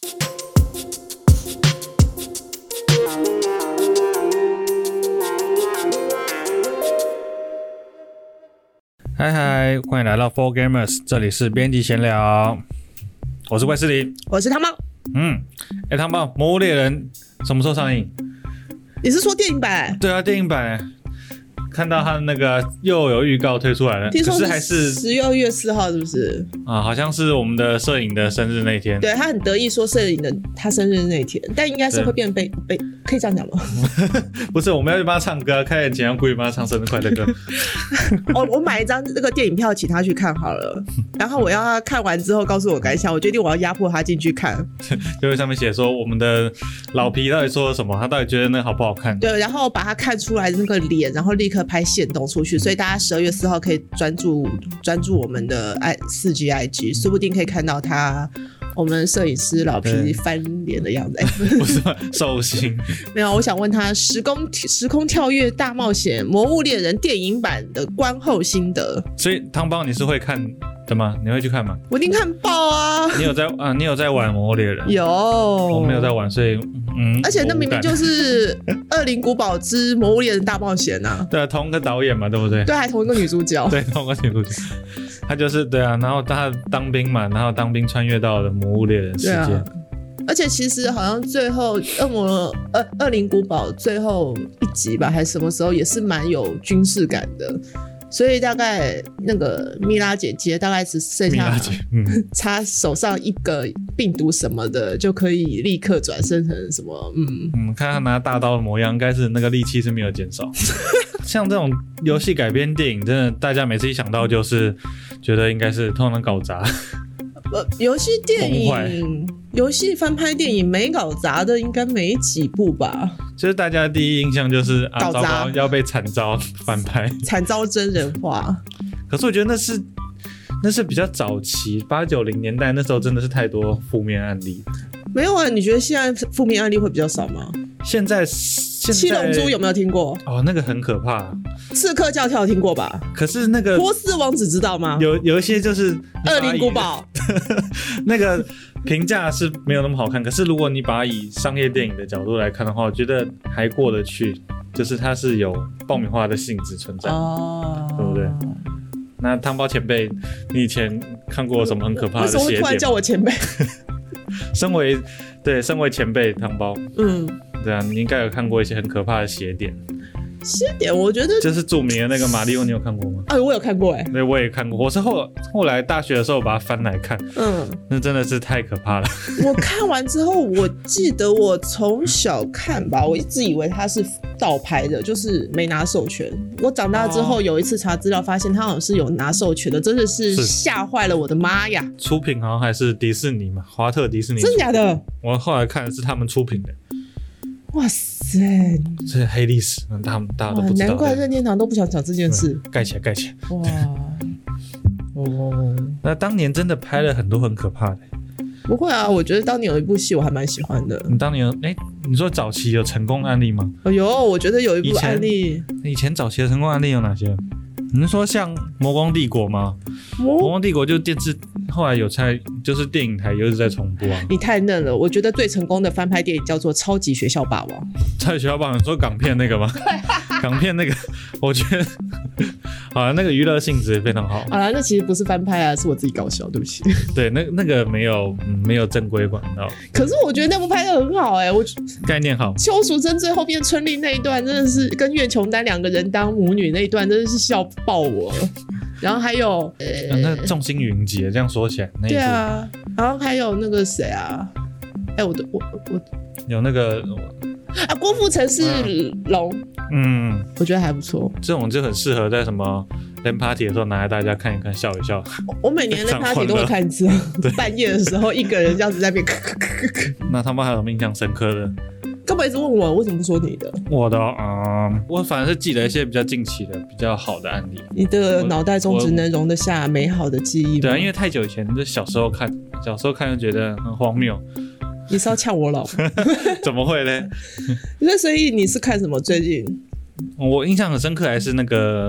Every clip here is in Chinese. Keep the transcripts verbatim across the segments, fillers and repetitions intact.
嗨嗨，欢迎来到 Four Gamers， 这里是编辑闲聊，我是魏斯林， 我是汤猫。 嗯，哎、欸，汤猫，《魔物猎人》什么时候上映？ 你是说电影版？ 对啊，电影版。看到他那个又有预告推出来了， 听说可是还是十二月四号，是不是？ 啊，好像是我们的摄影的生日那天。 对，他很得意说摄影的他生日那天，但应该是会变被被可以这样讲吗？ 不是，我们要去帮他唱歌，开演前要故意帮他唱生日快乐歌。 哦，我买一张这个电影票请他去看好了，然后我要他看完之后告诉我感想，我决定我要压迫他进去看。 就会上面写说我们的老皮到底说了什么，他到底觉得那好不好看？ 对，然后把他看出来的那个脸，然后立刻拍限动出去，所以大家十二月四号可以专注专注我们的 四 G I G， 说不定可以看到他我们摄影师老皮翻脸的样子。 不是寿星。 没有，我想问他时空时空跳跃大冒险魔物猎人电影版的观后心得。 所以汤包你是会看的吗？你会去看吗？ 我一定看爆啊！ 你有在啊？你有在玩魔物猎人？ 有， 我没有在玩，所以嗯。 而且那明明就是《恶灵古堡之魔物猎人大冒险》啊。 对啊，同一个导演嘛，对不对？ 对，还同一个女主角。 对，同一个女主角。他就是对啊，然后他当兵嘛，然后当兵穿越到了魔物猎人世界。 啊、而且其实好像最后恶魔恶恶灵古堡最后一集吧，还是什么时候也是蛮有军事感的。所以大概那个米拉姐姐大概只剩下她手上一个病毒什么的就可以立刻转生成什么嗯嗯，看她拿大刀的模样，应该是那个力气是没有减少。像这种游戏改编电影，真的大家每次一想到就是觉得应该是通常搞砸。 呃，游戏电影、游戏翻拍电影没搞砸的应该没几部吧？ 就是大家第一印象就是啊， 搞砸糟糕要被惨遭翻拍， 惨遭真人化。 可是我觉得那是那是比较早期八九零年代，那时候真的是太多负面案例。 没有啊？你觉得现在负面案例会比较少吗？ 现在现在七龙珠有没有听过？ 哦，那个很可怕、啊。 刺客教条听过吧？ 可是那个波斯王子知道吗？ 有有一些就是恶灵古堡， 那个评价是没有那么好看。可是如果你把它以商业电影的角度来看的话，我觉得还过得去，就是它是有爆米花的性质存在，哦、对不对？那汤包前辈，你以前看过什么很可怕的邪典？ 为什么会突然叫我前辈？ 身为对身为前辈汤包， 嗯， 对啊，你应该有看过一些很可怕的邪典。 邪典，我觉得就是著名的那个马里奥，你有看过吗？ 哎，我有看过哎、欸， 对，我也看过。我是后后来大学的时候把它翻来看，嗯，那真的是太可怕了。 我看完之后，我记得我从小看吧，我一直以为它是盗拍的，就是没拿授权。我长大之后有一次查资料，发现它好像是有拿授权的，真的是吓坏了我的妈呀！ 出品好像还是迪士尼嘛，华特迪士尼。 真的假的？ 我后来看的是他们出品的。 哇塞， 这是黑历史，他们大家都不知道。 难怪任天堂都不想讲这件事， 嗯、盖起来，盖起来。 哇，哦， 那当年真的拍了很多很可怕的。 不会啊，我觉得当年有一部戏我还蛮喜欢的。 你当年哎，你说早期有成功案例吗？ 有，我觉得有一部案例。 以前, 以前早期的成功案例有哪些？你是说像《魔宫帝国》吗？魔宫帝国就电视后来有猜，就是电影台又是在重播啊。 你太嫩了，我觉得最成功的翻拍电影叫做《超级学校霸王》。 超级学校霸王，你说港片那个吗？港片那个，我觉得好了，那个娱乐性质也非常好。 好了，那其实不是翻拍啊，是我自己搞笑，对不起。 对，那那个没有、嗯、没有正规管道。 可是我觉得那部拍得很好哎、欸，我概念好。 邱淑贞最后变春丽那一段，真的是跟苑琼丹两个人当母女那一段，真的是笑爆我了。然后还有呃、 啊，那众星云集，这样说起来，那一部对啊，然后还有那个谁啊？哎，我的我我有那个啊，郭富城是龙，嗯，我觉得还不错。 这种就很适合在什么 LAN party 的时候拿来大家看一看，笑一笑。 我每年 LAN party 都会看一次，半夜的时候一个人这样子在那边。 那他们还有什么印象深刻的？ 干嘛一直问我？为什么不说你的？ 我的啊、嗯，我反而是记得一些比较近期的、比较好的案例。 你的脑袋中只能容得下美好的记忆吗？ 对啊，因为太久以前，就小时候看，小时候看就觉得很荒谬。 你是要呛我老？ 怎么会呢？ 那所以你是看什么最近？ 我印象很深刻，还是那个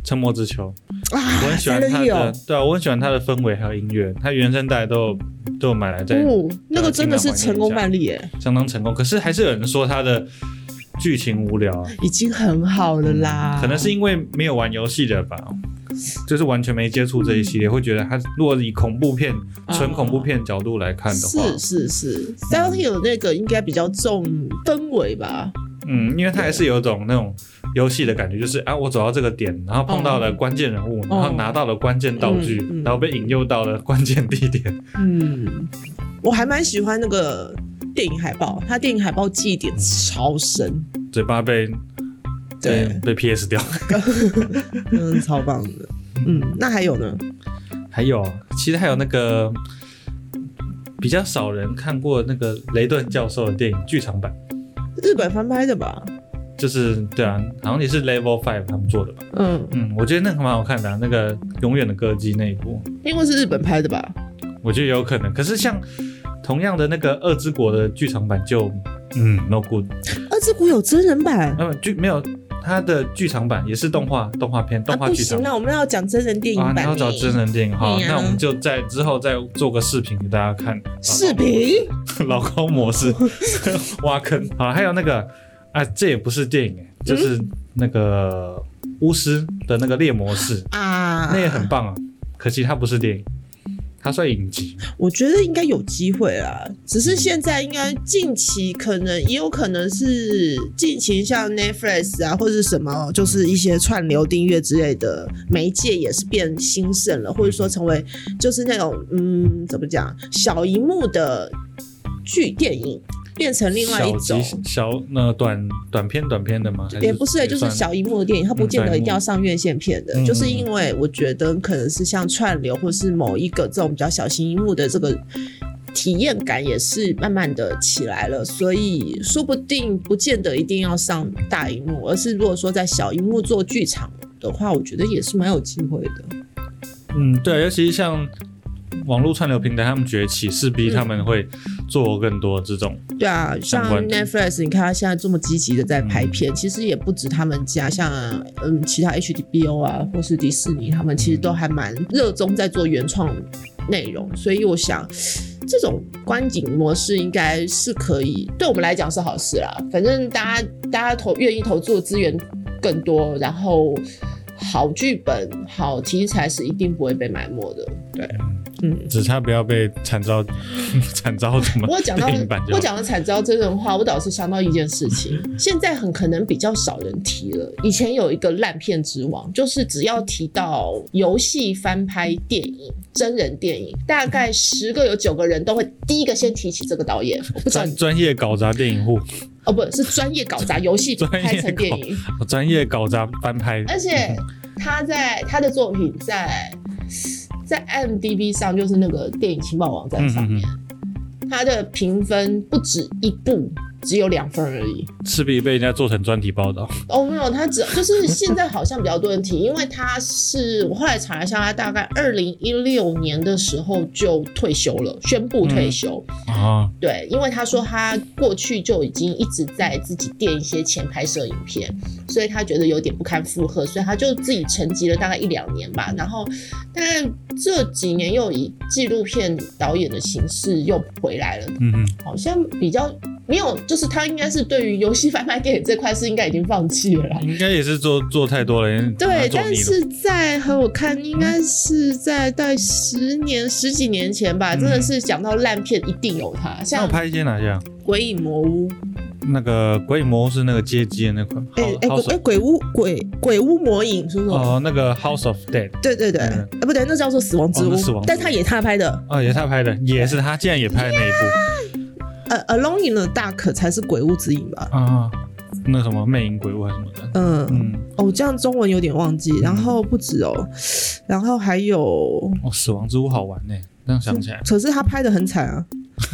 沉默之丘啊， 我很喜欢他的，对啊，我很喜欢他的氛围还有音乐，他原声带都有都有买来在。 哦，那个真的是成功范例耶， 相当成功。可是还是有人说他的剧情无聊， 已经很好了啦。 嗯、可能是因为没有玩游戏的吧，就是完全没接触这一系列，嗯、会觉得他如果以恐怖片、纯、恐怖片角度来看的话， 是是是 ，Silent Hill 那个应该比较重氛围吧。 嗯，因为它还是有一种那种游戏的感觉，就是啊，我走到这个点，然后碰到了关键人物，哦、然后拿到了关键道具，嗯嗯、然后被引诱到了关键地点。 嗯，我还蛮喜欢那个电影海报，它电影海报记忆点超深， 嘴巴被对被 P S 掉， 嗯，超棒的。嗯，那还有呢？ 还有，其实还有那个比较少人看过那个雷顿教授的电影剧场版。 日本翻拍的吧， 就是对啊，好像也是 Level Five 他们做的吧。嗯嗯，我觉得那个蛮好看的、啊，那个永远的歌姬那一部， 因为是日本拍的吧？ 我觉得有可能。可是像同样的那个二之国的剧场版就嗯 no good。 二之国有真人版？ 呃，剧没有，它的剧场版也是动画动画片动画剧场、啊。 不行，那我们要讲真人电影版。 啊，你要找真人电影好，那我们就在之后再做个视频给大家看。 视频？ 老高模式挖坑好，还有那个啊，这也不是电影哎，就是那个巫师的那个猎魔士啊，那也很棒啊。可惜它不是电影，它算影集。 我觉得应该有机会啦，只是现在应该近期可能也有可能是近期像 Netflix 啊或者什么，就是一些串流订阅之类的媒介也是变兴盛了，或者说成为就是那种嗯怎么讲小荧幕的剧电影。变成另外一种小那短短片短片的吗？ 也不是、欸，就是小荧幕的电影，它不见得一定要上院线片的，嗯、就是因为我觉得可能是像串流或是某一个这种比较小型荧幕的这个体验感也是慢慢的起来了，所以说不定不见得一定要上大荧幕，而是如果说在小荧幕做剧场的话，我觉得也是蛮有机会的。 嗯，对，尤其是像网络串流平台他们崛起，势必他们会做更多这种、 嗯、对啊，像 Netflix 你看他现在这么积极的在拍片、嗯、其实也不止他们家，像嗯其他 H B O 啊或是迪士尼，他们其实都还蛮热衷在做原创内容，所以我想这种观景模式应该是可以对我们来讲是好事啦，反正大家大家投愿意投注的资源更多，然后好剧本好题材是一定不会被埋没的，对，嗯， 只差不要被惨遭惨遭什么。 我讲到我讲的惨遭真人化，我倒是想到一件事情，现在很可能比较少人提了。以前有一个烂片之王，就是只要提到游戏翻拍电影、真人电影，大概十个有九个人都会第一个先提起这个导演。我不知道专业搞砸电影户。 哦，不是专业搞砸游戏拍成电影， 专业搞砸翻拍， 而且他在他的作品在在 I M D B 上，就是那个电影情报网站上面，嗯、他的评分不止一部，只有两分而已， 势必被人家做成专题报道。 哦，没有，他只就是现在好像比较多人提，因为他是我后来查一下，他大概二零一六年的时候就退休了，宣布退休。嗯、啊，对，因为他说他过去就已经一直在自己垫一些钱拍摄影片，所以他觉得有点不堪负荷，所以他就自己沉寂了大概一两年吧，然后大概这几年又以纪录片导演的形式又回来了。嗯嗯，好像比较。没有，就是他应该是对于游戏翻拍电影这块是应该已经放弃了啦， 应该也是做做太多了。 对，但是在和我看应该是在大概十年十几年前吧，嗯、真的是讲到烂片一定有他。像有拍一些哪些啊？ 鬼影魔屋， 那个鬼影魔屋是那个街机的那款。哎哎哎，鬼屋鬼鬼屋魔影是不是？ 哦，那个 House of Dead。 对对对，哎、嗯欸、不对，那叫做死亡之屋，哦、但他也他拍的。 哦，也他拍的，也是他，竟然也拍了那一部。 呃、uh, ，Alone in the Dark 才是鬼屋之影吧？ 啊，那什么魅影鬼屋还是什么的？ 嗯嗯，哦，这样中文有点忘记。然后不止哦，然后还有哦，死亡之屋好玩呢，这样想起来。 可是他拍得很惨啊。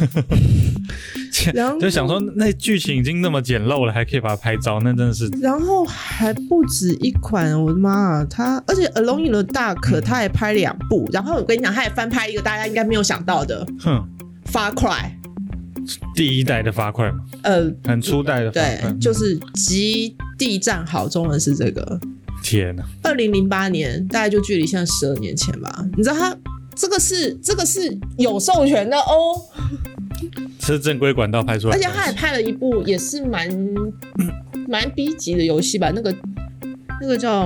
然后就想说，那剧情已经那么简陋了，还可以把它拍糟，那真的是。然后还不止一款，我的妈啊！他而且 Alone in the Dark 他还拍两部，然后我跟你讲，他也翻拍一个大家应该没有想到的，哼 ，Far Cry。 第一代的Far Cry嘛，呃，很初代的Far Cry， 对，就是极地战好，中文是这个天哪！ 二零零八年大概就距离现在十二年前吧。你知道他这个是这个是有授权的哦， 是正规管道拍出来的， 而且他还拍了一部也是蛮蛮 B 级的游戏吧，那个那个叫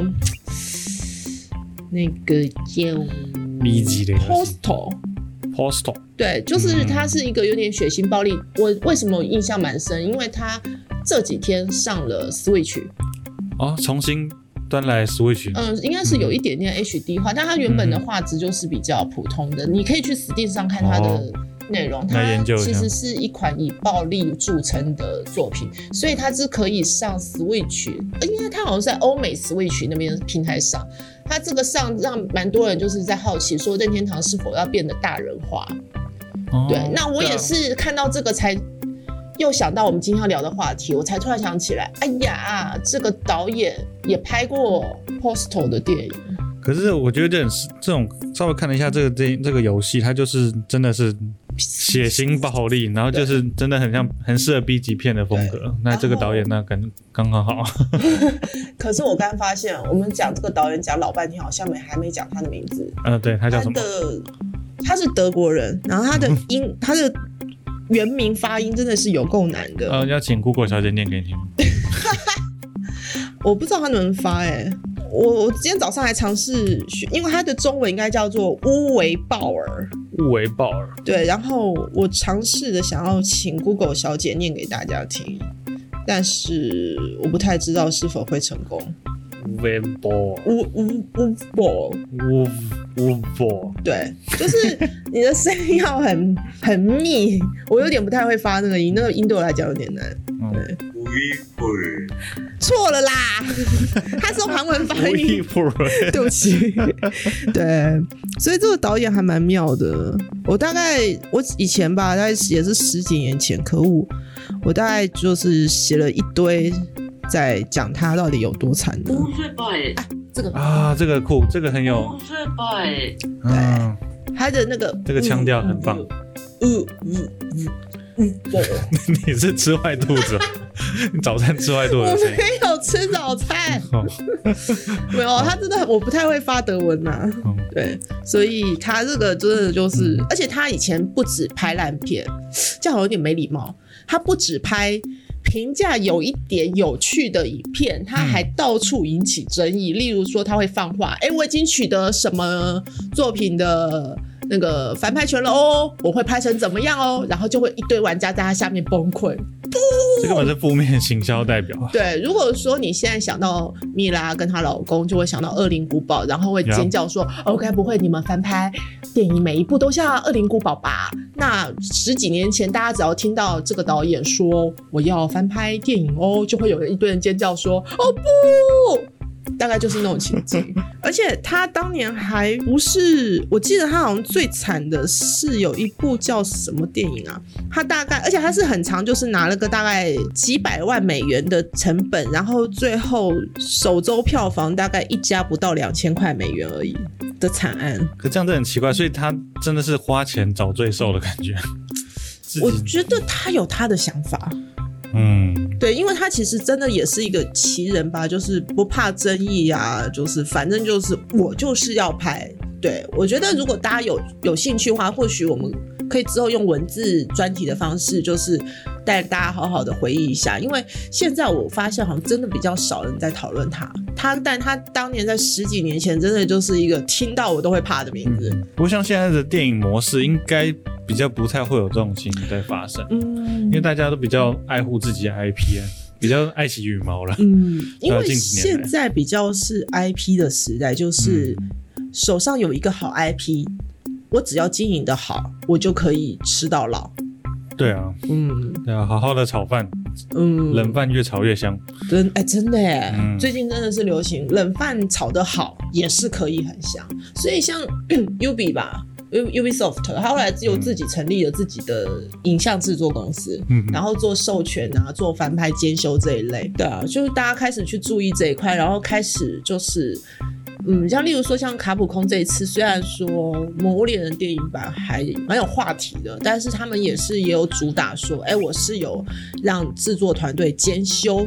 那个叫 B 级的游戏 Postal Postal， 对，就是它是一个有点血腥暴力。嗯、我为什么印象蛮深？因为它这几天上了 Switch， 哦，重新端来 Switch， 嗯，应该是有一点点 H D 化，嗯、但它原本的画质就是比较普通的。嗯、你可以去 Steam 上看它的内容，哦、它其实是一款以暴力著称的作品，所以它是可以上 Switch， 因为它好像是在欧美 Switch 那边的平台上。它这个上让蛮多人就是在好奇说任天堂是否要变得大人化。哦、对，那我也是看到这个才又想到我们今天要聊的话题，我才突然想起来，哎呀，这个导演也拍过 Postal 的电影。 可是我觉得这种这种稍微看了一下这个这这个游戏，它就是真的是血腥暴力，然后就是真的很像很适合 B 级片的风格。那这个导演那感觉刚刚好。 可是我刚发现，我们讲这个导演讲老半天，好像没还没讲他的名字。 呃，对，他叫什么？ 他的他是德国人，然后他的音、嗯、他的原名发音真的是有够难的。 呃，要请 Google 小姐念给你听。 我不知道他能不能发哎、欸。我我今天早上还尝试学，因为它的中文应该叫做乌维鲍尔。 乌维鲍尔。对， 然后我尝试的想要请 Google 小姐念给大家听，但是我不太知道是否会成功。 乌维鲍尔。 乌乌乌鲍。 乌乌鲍。 对，就是你的声音要很很密，我有点不太会发那个音，那个音对我来讲有点难。对。乌维鲍尔。错了啦，他是用韩文发音。对不起，对，所以这个导演还蛮妙的。我大概我以前吧，大概也是十几年前，可恶，我大概就是写了一堆在讲他到底有多惨的。啊，这个啊，这个酷，这个很有。 对，他的那个这个腔调很棒。 嗯嗯嗯。嗯， 你是吃坏肚子？你早餐吃坏肚子？ 我没有吃早餐，没有，他真的我不太会发德文呐、啊，嗯、对，所以他这个真的就是，嗯、而且他以前不止拍烂片，这样好像有点没礼貌，他不止拍评价有一点有趣的影片，他还到处引起争议，嗯、例如说他会放话，哎，我已经取得什么作品的。那个翻拍权了哦，我会拍成怎么样哦，然后就会一堆玩家在他下面崩溃。 这根本是负面行销代表。 对，如果说你现在想到蜜拉跟她老公，就会想到《恶灵古堡》，然后会尖叫说：“ yeah. 哦，该不会你们翻拍电影每一部都像《恶灵古堡》吧？”那十几年前，大家只要听到这个导演说我要翻拍电影哦，就会有一堆人尖叫说：“哦不！”大概就是那种情景，而且他当年还不是，我记得他好像最惨的是有一部叫什么电影啊？他大概，而且他是很长，就是拿了个大概几百万美元的成本，然后最后首周票房大概一家不到两千块美元而已的惨案。 可这样真的很奇怪，所以他真的是花钱找罪受的感觉。 我觉得他有他的想法。嗯，对，因为他其实真的也是一个奇人吧，就是不怕争议啊，就是反正就是我就是要拍。对，我觉得如果大家有有兴趣的话，或许我们可以之后用文字专题的方式，就是带大家好好的回忆一下，因为现在我发现好像真的比较少人在讨论他，他但他当年在十几年前真的就是一个听到我都会怕的名字。 不过像现在的电影模式，应该比较不太会有这种情形在发生，嗯，因为大家都比较爱护自己的 I P 啊，比较爱惜羽毛了， 嗯，因为现在比较是 I P 的时代，就是手上有一个好 I P， 我只要经营的好，我就可以吃到老。 对啊，嗯，对啊，好好的炒饭，嗯，冷饭越炒越香， 真哎、欸、真的耶、嗯，最近真的是流行冷饭炒得好也是可以很香，所以像 Ubi 吧。Ubisoft 他后来只有自己成立了自己的影像制作公司、嗯、然后做授权啊，做翻拍监修这一类，对啊，就是大家开始去注意这一块，然后开始就是嗯，像例如说像卡普空这一次，虽然说魔物猎人电影版还蛮有话题的，但是他们也是也有主打说，哎，我是有让制作团队监修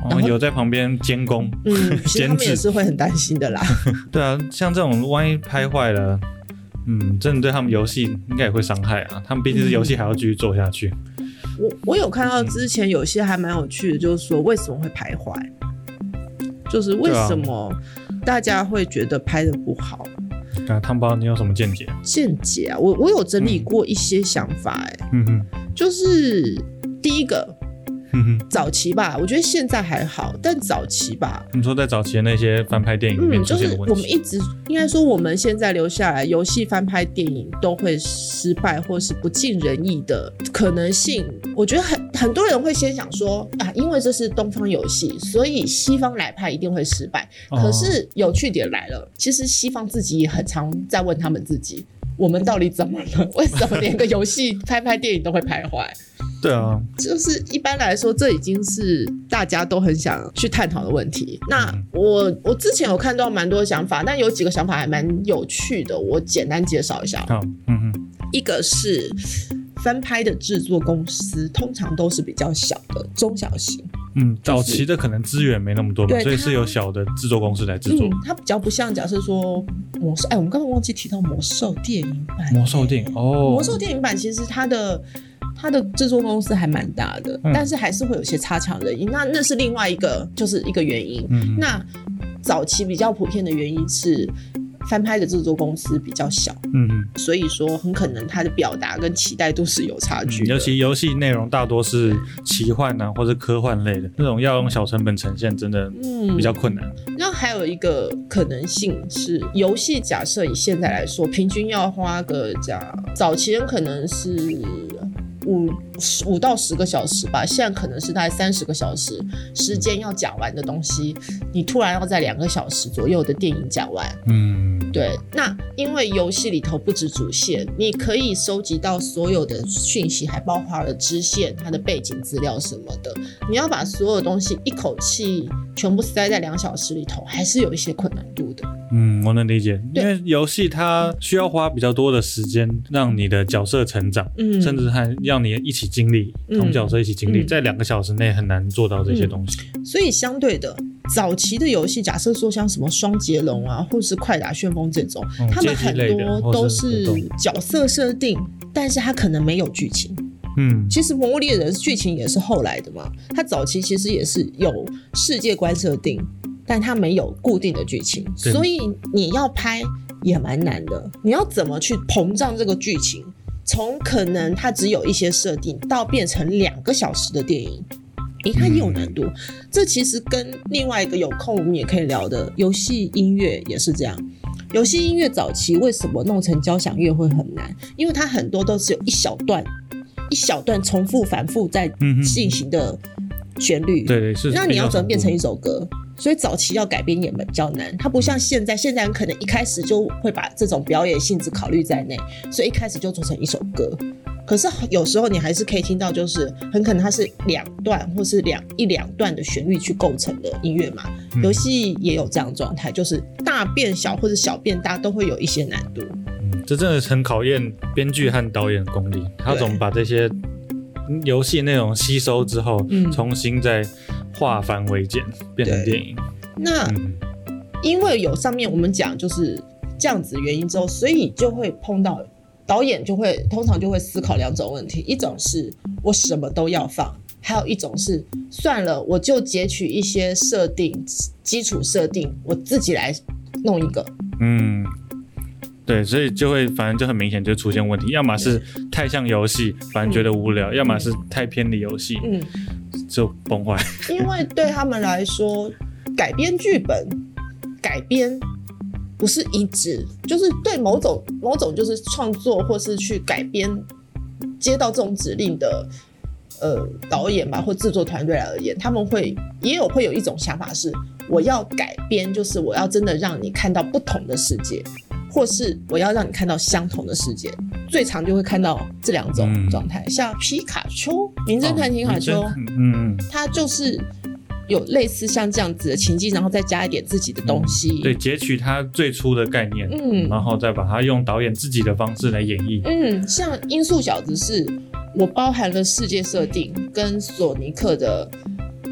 然后有在旁边监工， 嗯，其实他们也是会很担心的啦。 对啊，像这种万一拍坏了，嗯，真的对他们游戏应该也会伤害啊。他们毕竟是游戏还要继续做下去。 嗯、我我有看到之前有些还蛮有趣的，就是说为什么会拍坏，就是为什么大家会觉得拍的不好。 啊，汤包，你有什么见解？ 见解啊，我我有整理过一些想法、欸，哎、 嗯， 就是第一个。 嗯、 早期吧，我觉得现在还好，但早期吧， 你说在早期的那些翻拍电影里面出现的问题， 嗯，就是我们一直应该说，我们现在留下来游戏翻拍电影都会失败或是不尽人意的可能性，我觉得很很多人会先想说啊，因为这是东方游戏，所以西方来拍一定会失败。 哦、 可是有趣点来了，其实西方自己也很常在问他们自己，我们到底怎么了？为什么连个游戏拍拍电影都会拍坏？ 对啊， 就是一般来说，这已经是大家都很想去探讨的问题。那我我之前有看到蛮多想法，但有几个想法还蛮有趣的，我简单介绍一下。 好，嗯哼， 一个是翻拍的制作公司通常都是比较小的中小型。 嗯，早期的可能资源没那么多嘛，所以是由小的制作公司来制作。 嗯，它比较不像假设说魔兽，哎，我们刚刚忘记提到魔兽电影版。 魔兽电影哦， 魔兽电影版其实它的。它的制作公司还蛮大的、嗯，但是还是会有些差强人意。那那是另外一个，就是一个原因。嗯、那早期比较普遍的原因是翻拍的制作公司比较小，嗯，所以说很可能它的表达跟期待度是有差距的。 嗯、尤其游戏内容大多是奇幻啊或者科幻类的，那种要用小成本呈现，真的比较困难。 嗯、那还有一个可能性是，游戏假设以现在来说，平均要花个假，早期人可能是。五五到十个小时吧，现在可能是大概三十个小时时间要讲完的东西，你突然要在两个小时左右的电影讲完，嗯，对。那因为游戏里头不止主线，你可以收集到所有的讯息，还包括了支线、它的背景资料什么的。你要把所有东西一口气全部塞在两小时里头，还是有一些困难度的。 嗯，我能理解，因为游戏它需要花比较多的时间让你的角色成长，嗯，甚至还让你一起经历，同角色一起经历，嗯、在两个小时内很难做到这些东西。 嗯、所以相对的，早期的游戏，假设说像什么双截龙啊，或是快打旋风这种，嗯、他们很多都是角色设定，但是它可能没有剧情。嗯，其实《魔物猎人》剧情也是后来的嘛，它早期其实也是有世界观设定。但它没有固定的剧情，所以你要拍也蛮难的。你要怎么去膨胀这个剧情？从可能它只有一些设定，到变成两个小时的电影，诶，它也有难度。嗯、这其实跟另外一个有空我们也可以聊的游戏音乐也是这样。游戏音乐早期为什么弄成交响乐会很难？因为它很多都是有一小段、一小段重复、反复在进行的旋律。 嗯、对对是。 那你要怎么变成一首歌？所以早期要改编也比较难，它不像现在，现在可能一开始就会把这种表演性质考虑在内，所以一开始就做成一首歌。可是有时候你还是可以听到，就是很可能它是两段或是两一两段的旋律去构成的音乐嘛。嗯、游戏也有这样的状态，就是大变小或者小变大都会有一些难度。 嗯，这真的很考验编剧和导演的功力，他怎么把这些游戏内容吸收之后，嗯、重新再化繁为简变成电影。 那、嗯、因为有上面我们讲就是这样子的原因之后，所以就会碰到导演就会通常就会思考两种问题，一种是我什么都要放，还有一种是算了，我就截取一些设定基础设定，我自己来弄一个。 嗯，对，所以就会反正就很明显就出现问题，要么是太像游戏反正觉得无聊，嗯、要么是太偏离游戏，嗯，就崩坏。 因为对他们来说，改编剧本改编不是一致，就是对某种某种就是创作或是去改编接到这种指令的呃导演吧或制作团队而言，他们会也有会有一种想法是，我要改编，就是我要真的让你看到不同的世界，或是我要让你看到相同的世界，最常就会看到这两种状态。嗯、像皮卡丘，名侦探皮卡丘，哦、嗯，它就是有类似像这样子的情境，然后再加一点自己的东西， 嗯、对，截取它最初的概念，嗯，然后再把它用导演自己的方式来演绎。 嗯，像音速小子是我包含了世界设定跟索尼克的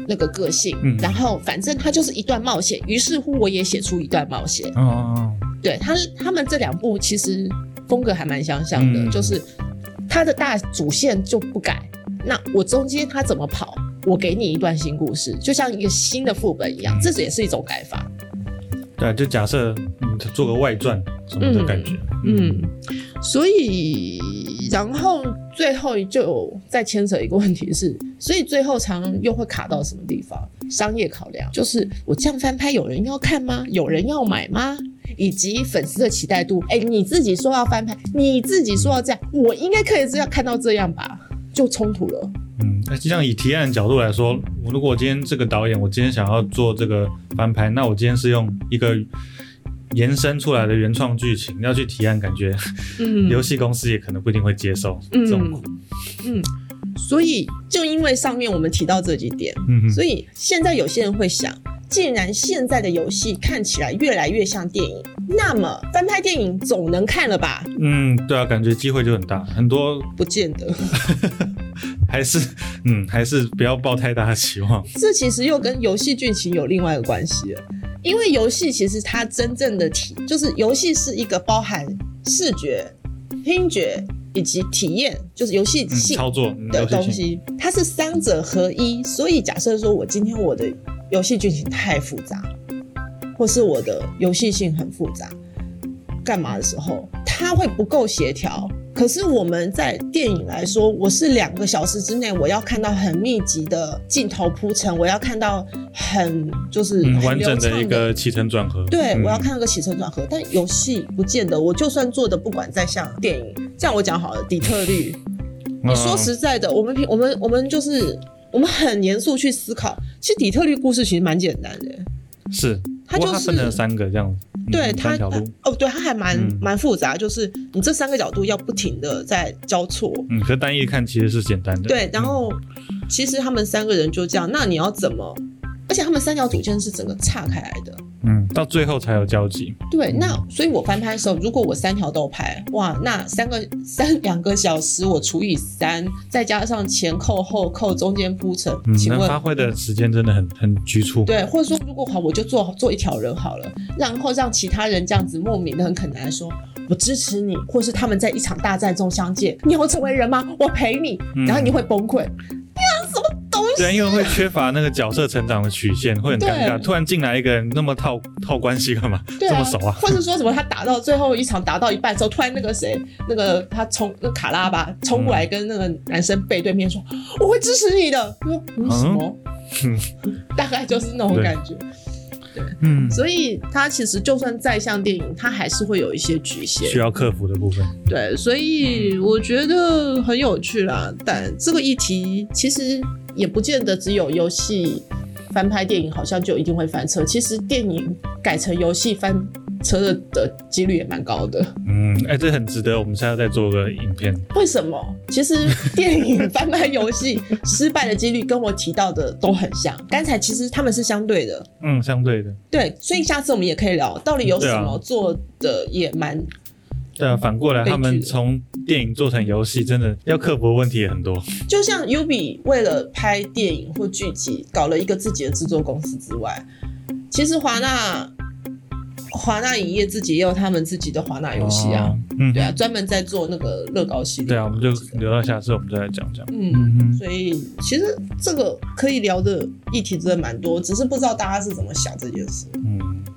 那个个性，嗯、然后反正它就是一段冒险，于是乎我也写出一段冒险。哦，对他他们这两部其实风格还蛮相像的，嗯、就是它的大主线就不改，那我中间它怎么跑，我给你一段新故事，就像一个新的副本一样，嗯、这也是一种改法。 对，就假设嗯做个外传什么的感觉， 嗯，嗯所以然后最后就再牵扯一个问题是，所以最后常又会卡到什么地方？商业考量，就是我这样翻拍有人要看吗？有人要买吗？以及粉丝的期待度。哎，你自己说要翻拍，你自己说要这样，我应该可以这样看到这样吧？就冲突了。 嗯，那就像以提案的角度来说，如果我今天这个导演，我今天想要做这个翻拍，那我今天是用一个延伸出来的原创剧情要去提案，感觉游戏、嗯、公司也可能不一定会接受这种苦。 嗯，嗯所以就因为上面我们提到这几点，嗯、所以现在有些人会想，既然现在的游戏看起来越来越像电影，那么翻拍电影总能看了吧？ 嗯，对啊，感觉机会就很大，很多不见得。 还是嗯，还是不要抱太大的期望。 这其实又跟游戏剧情有另外一个关系了，因为游戏其实它真正的体，就是游戏是一个包含视觉、听觉以及体验，就是游戏性操作的东西，它是三者合一。所以假设说我今天我的游戏剧情太复杂，或是我的游戏性很复杂，干嘛的时候它会不够协调。可是我们在电影来说，我是两个小时之内我要看到很密集的镜头铺陈，我要看到很就是很完整的一个起承转合。 对、 嗯、 我要看那个起承转合。但游戏不见得，我就算做的不管再像电影，这样我讲好了，底特律你说实在的，我们我们我们就是我们很严肃去思考，其实底特律故事其实蛮简单的。 是，它就是它分了三个这样子， 对， 嗯、三条路哦，对，它还蛮蛮、嗯、复杂，就是你这三个角度要不停的在交错。 嗯，可是单一看其实是简单的。 对，然后、嗯、其实他们三个人就这样，那你要怎么？而且他们三条主线是整个岔开来的， 嗯，到最后才有交集。 对，那所以我翻拍的时候，如果我三条都拍，哇，那三个三两个小时我除以三，再加上前扣后扣中间铺陈， 嗯， 请问能发挥的时间真的很很局促。 对，或者说如果好，我就做做一条人好了，然后让其他人这样子莫名的很可能说，我支持你，或是他们在一场大战中相见，你要成为人吗？我陪你，然后你会崩溃。呀，什么东西？ 对，因为会缺乏那个角色成长的曲线，会很尴尬。突然进来一个人，那么套套关系干嘛？ 对啊， 这么熟啊？ 或者说什么？他打到最后一场打到一半之后，突然那个谁，那个他冲那卡拉吧冲过来跟那个男生背对面说：“嗯、我会支持你的。”他说：“嗯，什么？”嗯、大概就是那种感觉。对，嗯，所以它其实就算再像电影，它还是会有一些局限， 需要克服的部分。 对，所以我觉得很有趣啦。但这个议题其实也不见得只有游戏翻拍电影，好像就一定会翻车。其实电影改成游戏翻车的的几率也蛮高的。 嗯，哎、欸，这很值得我们现在再做个影片。 为什么？其实电影翻拍游戏失败的几率跟我提到的都很像。刚才其实他们是相对的。 嗯，相对的。 对，所以下次我们也可以聊，到底有什么做的也蛮。 对啊，反过来他们从电影做成游戏，真的要克服的问题也很多。 就像 Ubi 为了拍电影或剧集，搞了一个自己的制作公司之外，其实华纳。华纳影业自己也有他们自己的华纳游戏啊，哦嗯、对啊，专门在做那个乐高系列。 对啊，我们就留到下次我们再来讲讲。 嗯，嗯所以其实这个可以聊的议题真的蛮多，只是不知道大家是怎么想这件事。嗯，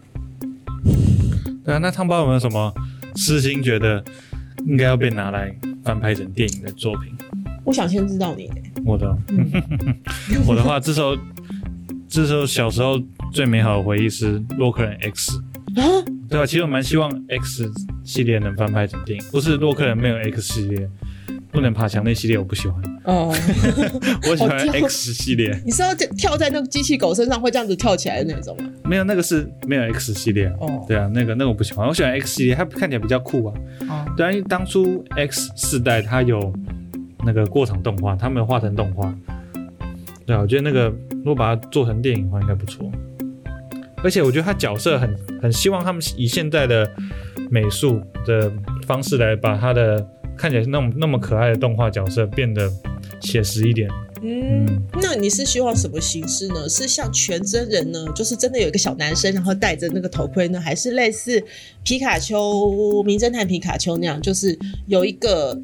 对啊，那汤包有没有什么私心觉得应该要被拿来翻拍成电影的作品？ 我想先知道你。 我的，嗯、我的话，这时候这时候小时候最美好的回忆是洛克人 X。啊，对啊，其实我蛮希望 X 系列能翻拍成电影，不是洛克人没有 X 系列，不能爬墙那系列我不喜欢。哦，我喜欢 X 系列。 你是要跳在那个机器狗身上会这样子跳起来的那种吗？ 没有，那个是没有 X 系列。哦，对啊，那个那个我不喜欢，我喜欢 X 系列，它看起来比较酷啊。哦，对啊，因为当初 X 世代它有那个过场动画，他们有画成动画。对啊，我觉得那个如果把它做成电影的话，应该不错。而且我觉得他角色很很希望他们以现在的美术的方式来把他的看起来那么那么可爱的动画角色变得写实一点。 嗯，嗯那你是希望什么形式呢？是像全真人呢，就是真的有一个小男生，然后戴着那个头盔呢，还是类似皮卡丘、名侦探皮卡丘那样，就是有一个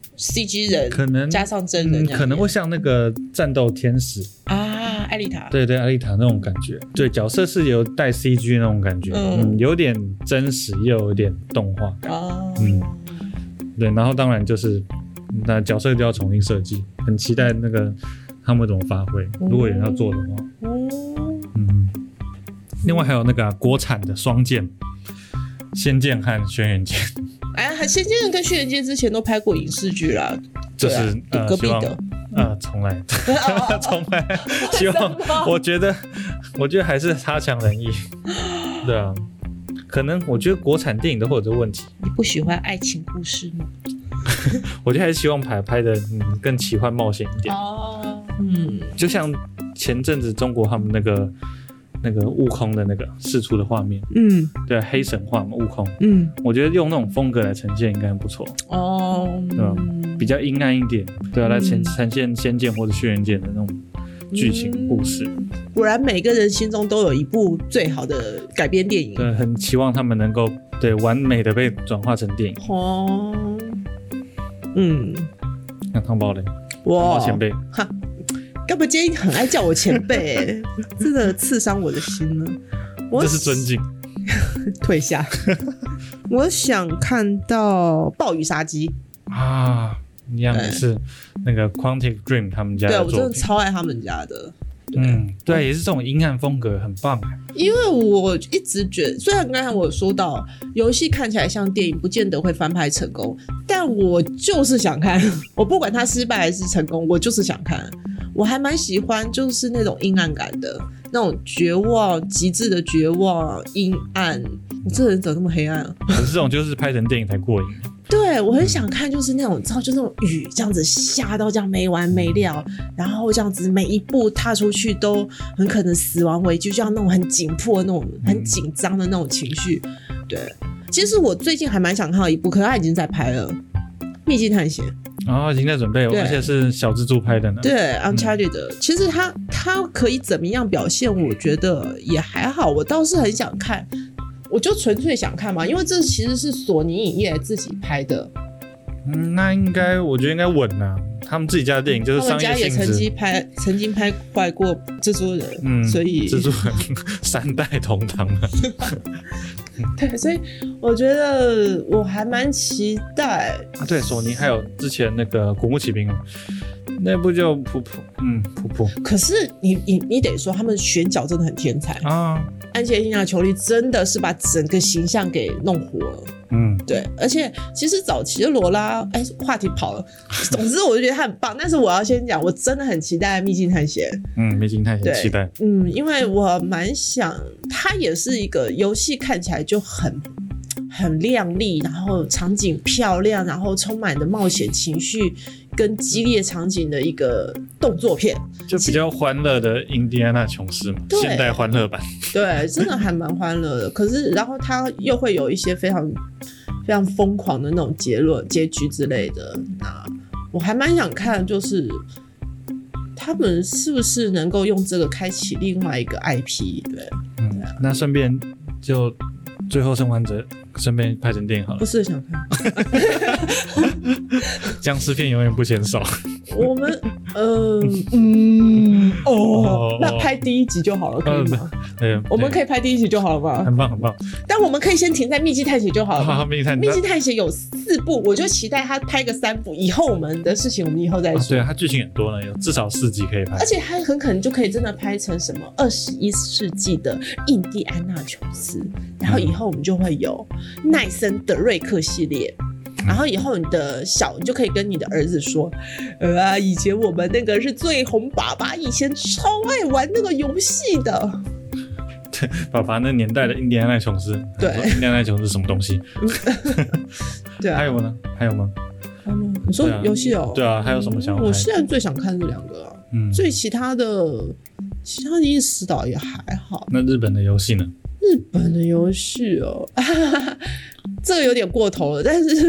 C G 人， 可能加上真人、嗯， 可能会像那个战斗天使啊，艾丽塔， 对对，艾丽塔那种感觉，对，角色是有带 C G 那种感觉，嗯，嗯有点真实，又有点动画感，哦，嗯，对，然后当然就是那角色就要重新设计，很期待那个他们怎么发挥，嗯、如果有人要做的话，嗯，嗯另外还有那个、啊、国产的双剑，仙剑和轩辕剑。 哎，仙剑人跟轩辕剑之前都拍过影视剧啦， 就是、 啊呃、隔壁的， 呃，重来，重来，希望，我觉得，我觉得还是差强人意，对啊，可能我觉得国产电影都会有这个问题。 你不喜欢爱情故事吗？ 我觉得还是希望拍拍的、嗯、更奇幻冒险一点。哦，嗯，就像前阵子中国他们那个。那个悟空的那个释出的画面，嗯，对、啊，黑神话嘛，悟空，嗯，我觉得用那种风格来呈现应该很不错哦，对吧？比较阴暗一点，对啊，来呈呈现仙剑或者轩辕剑的那种剧情故事。 嗯、果然每个人心中都有一部最好的改编电影， 对，很期望他们能够对完美的被转化成电影。哦，嗯，那汤包嘞，哇，汤包前辈，哈。 干嘛今天很爱叫我前辈、欸，真的刺伤我的心了。 这是尊敬。 退下。我想看到暴雨杀机啊，一样也是那个 Quantic Dream 他们家的作品。 对，我真的超爱他们家的。 对嗯，对，也是这种阴暗风格，很棒。 因为我一直觉得，虽然刚才我有说到游戏看起来像电影，不见得会翻拍成功，但我就是想看，我不管它失败还是成功，我就是想看。我还蛮喜欢，就是那种阴暗感的，那种绝望、极致的绝望、阴暗。我这人怎么那么黑暗啊？ 可是这种就是拍成电影才过瘾。 对，我很想看，就是那种，知道，就那种雨这样子下到这样没完没了，然后这样子每一步踏出去都很可能死亡危机，就像那种很紧迫、那种很紧张的那种情绪。对，其实我最近还蛮想看到一部，可是他已经在拍了，《秘境探险》。 哦，已经在准备，而且是小蜘蛛拍的呢。 对 ，Uncharted 的、嗯，其实他他可以怎么样表现，我觉得也还好，我倒是很想看。我就纯粹想看嘛，因为这其实是索尼影业自己拍的。 嗯，那应该我觉得应该稳啊，他们自己家的电影就是商业性质。他们家也曾经拍，曾经拍坏过蜘蛛人，嗯，所以蜘蛛人三代同堂了。 对，所以我觉得我还蛮期待啊。对，索尼还有之前那个《古墓奇兵》那部就普普，嗯，普普。 可是你你你得说，他们选角真的很天才啊！安吉丽娜·裘丽真的是把整个形象给弄活了。嗯，对，而且其实早期的罗拉，哎，话题跑了。总之，我就觉得他很棒。但是我要先讲，我真的很期待《秘境探险》。 嗯，《秘境探险》期待。 嗯，因为我蛮想，它也是一个游戏，看起来就很很亮丽，然后场景漂亮，然后充满的冒险情绪跟激烈场景的一个动作片， 就比较欢乐的印第安纳琼斯嘛，现代欢乐版。 对，真的还蛮欢乐的。可是，然后它又会有一些非常非常疯狂的那种结论、结局之类的。那我还蛮想看，就是他们是不是能够用这个开启另外一个 I P？ 对， 嗯，那顺便就最后生还者顺便拍成电影好了。 不是想看， 僵尸片永远不嫌少。 我们呃嗯哦，哦那拍第一集就好了，可以吗？ 对， 我们可以拍第一集就好了吧？ 很棒，很棒。 但我们可以先停在《秘境探险》就好了。 好，秘境探险， 秘境探险有四部，我就期待他拍个三部。以后我们的事情，我们以后再说。啊、 对啊，他剧情很多呢，有至少四集可以拍。 而且他很可能就可以真的拍成什么二十一世纪的印第安纳琼斯，然后以后我们就会有奈森德瑞克系列。然后以后你的小，你就可以跟你的儿子说，呃啊，以前我们那个是最红爸爸，以前超爱玩那个游戏的。 对，爸爸那年代的印第安纳琼斯， 对， 印第安纳琼斯是什么东西？ 对啊， 还有呢？还有吗？ 还有吗？你说游戏哦？ 对啊，还有什么想法？ 我现在最想看这两个啊，嗯，所以其他的，其他的意识岛也还好。 那日本的游戏呢？ 日本的游戏哦，这个有点过头了，但是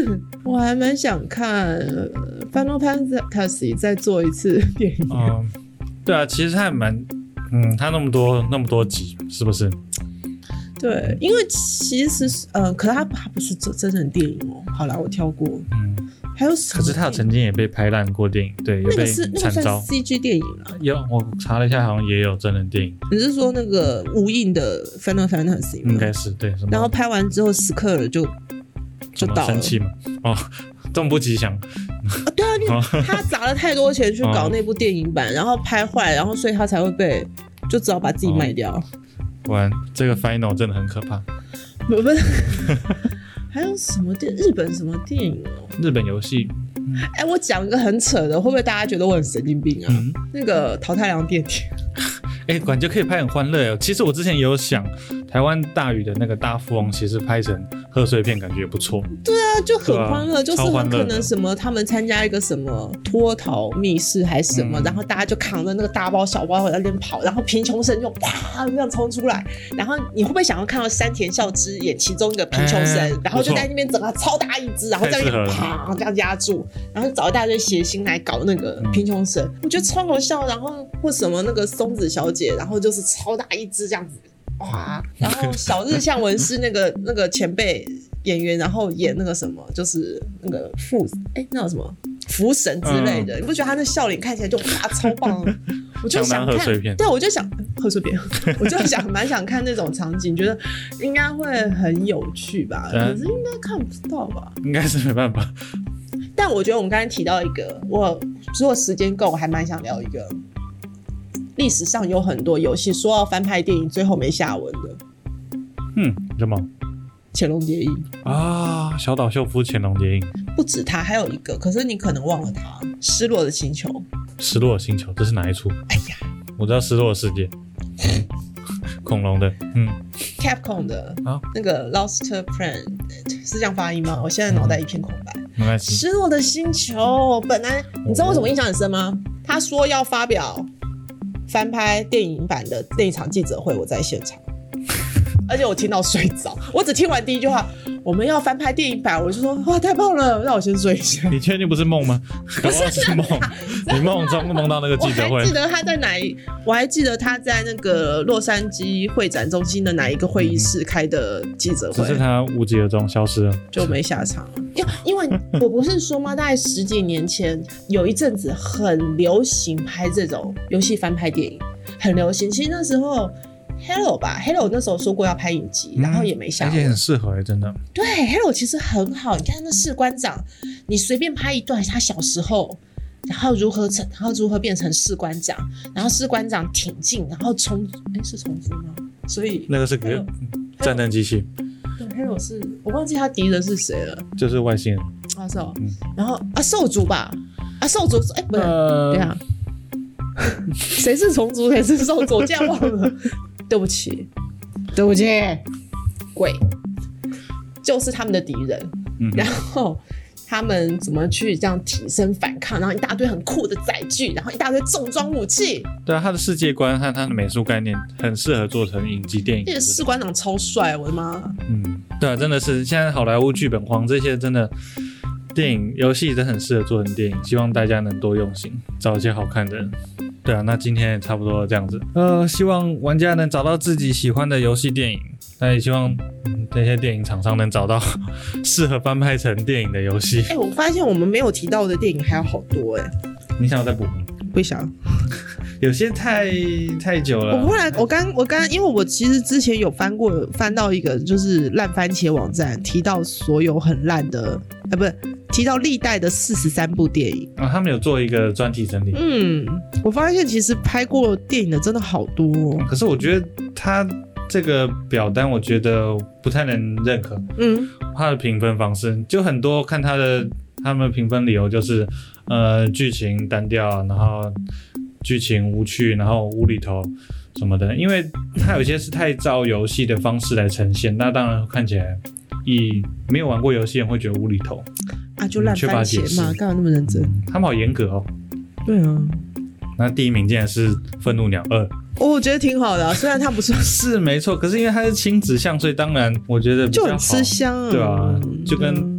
我还蛮想看 Final Fantasy 再做一次电影。 嗯，对啊，其实他还蛮，嗯，他那么多那么多集，是不是？ 对，因为其实呃，可是他他不是真人电影哦。好啦，我跳过。嗯，还有什么？ 可是他曾经也被拍烂过电影，对，有被惨遭。 那个是那个算 C G 电影啊？ 有，我查了一下，好像也有真人电影。 你是说那个无印的 Final Fantasy 吗？ 应该是对。 然后拍完之后，斯克尔就就倒了。 生气嘛？哦，这么不吉祥。 啊，对啊，因为他砸了太多钱去搞那部电影版，然后拍坏，然后所以他才会被就只好把自己卖掉。 果然，这个 Final 真的很可怕。 不不，还有什么电？日本什么电影哦？ 日本游戏。 哎、欸，我讲一个很扯的，会不会大家觉得我很神经病啊？嗯、那个桃太郎电铁。 哎、欸，管就可以拍很欢乐哦。其实我之前也有想，台湾大宇的那个大富翁，其实拍成贺岁片感觉也不错。 对啊，就很欢乐，啊、就是很可能什么他们参加一个什么脱逃密室还是什么，嗯、然后大家就扛着那个大包小包在那边跑，然后贫穷生就啪这样冲出来，然后你会不会想要看到山田孝之演其中一个贫穷生，欸、然后就在那边整个超大一只，然后在那边啪这样压住，然后找一大堆谐星来搞那个贫穷生，嗯、我觉得超好笑。然后或什么那个松子小姐，然后就是超大一只这样子。哇！然后小日向文是那个那个前辈演员，然后演那个什么，就是那个副哎，那叫什么福神之类的，嗯、你不觉得他那笑脸看起来就哇超棒？我就想看，对，我就想贺岁片，我就想蛮想看那种场景，觉得应该会很有趣吧？可是应该看不到吧？ 应该是没办法。 但我觉得我们刚才提到一个，我如果时间够，我还蛮想聊一个。历史上有很多游戏说要翻拍电影，最后没下文的。 嗯，什么？ 潜龙谍影啊，小岛秀夫潜龙谍影。 不止他，还有一个，可是你可能忘了他，《失落的星球》。 失落的星球，这是哪一出？ 哎呀， 我知道《失落的世界》，恐龙的，嗯 ，Capcom 的，啊，那个 Lost Planet 是这样发音吗？我现在脑袋一片空白。 没关系。 失落的星球本来，你知道为什么印象很深吗？他说要发表翻拍电影版的那一场记者会，我在现场，而且我听到睡着。我只听完第一句话，我们要翻拍电影版，我就说哇太棒了，让我先睡一下。 你确定不是梦吗？ 不是是梦，你梦中梦到那个记者会。 我还记得他在哪一，我还记得他在那个洛杉矶会展中心的哪一个会议室开的记者会。 只是他无疾而终，消失了， 就没下场了。因为因为我不是说吗？大概十几年前有一阵子很流行拍这种游戏翻拍电影，很流行。其实那时候 Hello 吧 ，Hello 那时候说过要拍影集，嗯、然后也没下文， 而且很适合、欸，真的。 对 ，Hello 其实很好。你看那士官长，你随便拍一段他小时候，然后如何成，然后如何变成士官长，然后士官长挺进，然后重，哎是重组吗？所以那个是个战争机器。 对 ，Hello 是我忘记他敌人是谁了， 就是外星人。 啊是哦，嗯、然后啊兽族吧，啊兽族，哎、欸、不是，呃、对啊，谁是虫族，谁是兽族，我竟然忘了，对不起，对不起，鬼就是他们的敌人，嗯、然后他们怎么去这样挺身反抗，然后一大堆很酷的载具，然后一大堆重装武器。对啊，他的世界观和他的美术概念很适合做成影集电影。 那个士官长超帅，我的妈！ 嗯，对啊，真的是现在好莱坞剧本荒这些真的电影、游戏都很适合做成电影，希望大家能多用心，找一些好看的人。对啊，那今天也差不多这样子。呃，希望玩家能找到自己喜欢的游戏电影，那也希望、嗯、这些电影厂商能找到适合翻拍成电影的游戏。 哎、欸，我发现我们没有提到的电影还有好多哎、欸。 你想要再补？ 不想。 有些太太久了。 我后来，我刚我刚，因为我其实之前有翻过，翻到一个就是烂番茄网站，提到所有很烂的，啊，不是提到历代的四十三部电影啊，他们有做一个专题整理。 嗯，我发现其实拍过电影的真的好多、哦。 可是我觉得他这个表单，我觉得不太能认可。嗯，他的评分方式就很多，看他的他们评分理由就是，呃，剧情单调，然后剧情无趣，然后无厘头什么的，因为它有些是太照游戏的方式来呈现，那当然看起来以没有玩过游戏人会觉得无厘头啊，就烂番茄嘛，干嘛那么认真？ 嗯、他们好严格哦。 对啊， 那第一名竟然是《愤怒鸟二》。 哦，我觉得挺好的、啊，虽然它不是是没错，可是因为它是亲子向，所以当然我觉得比较好就很吃香啊， 对啊，就跟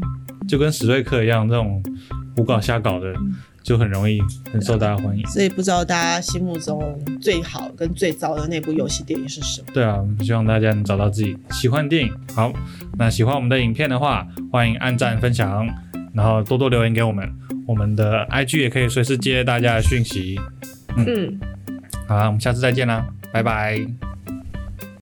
就跟史瑞克一样，这种胡搞瞎搞的就很容易很受大家欢迎。 所以不知道大家心目中最好跟最糟的那部游戏电影是什么？ 对啊，希望大家能找到自己喜欢的电影。好，那喜欢我们的影片的话，欢迎按赞分享，然后多多留言给我们。我们的 I G 也可以随时接大家的讯息。嗯，嗯好啦，我们下次再见啦，拜拜。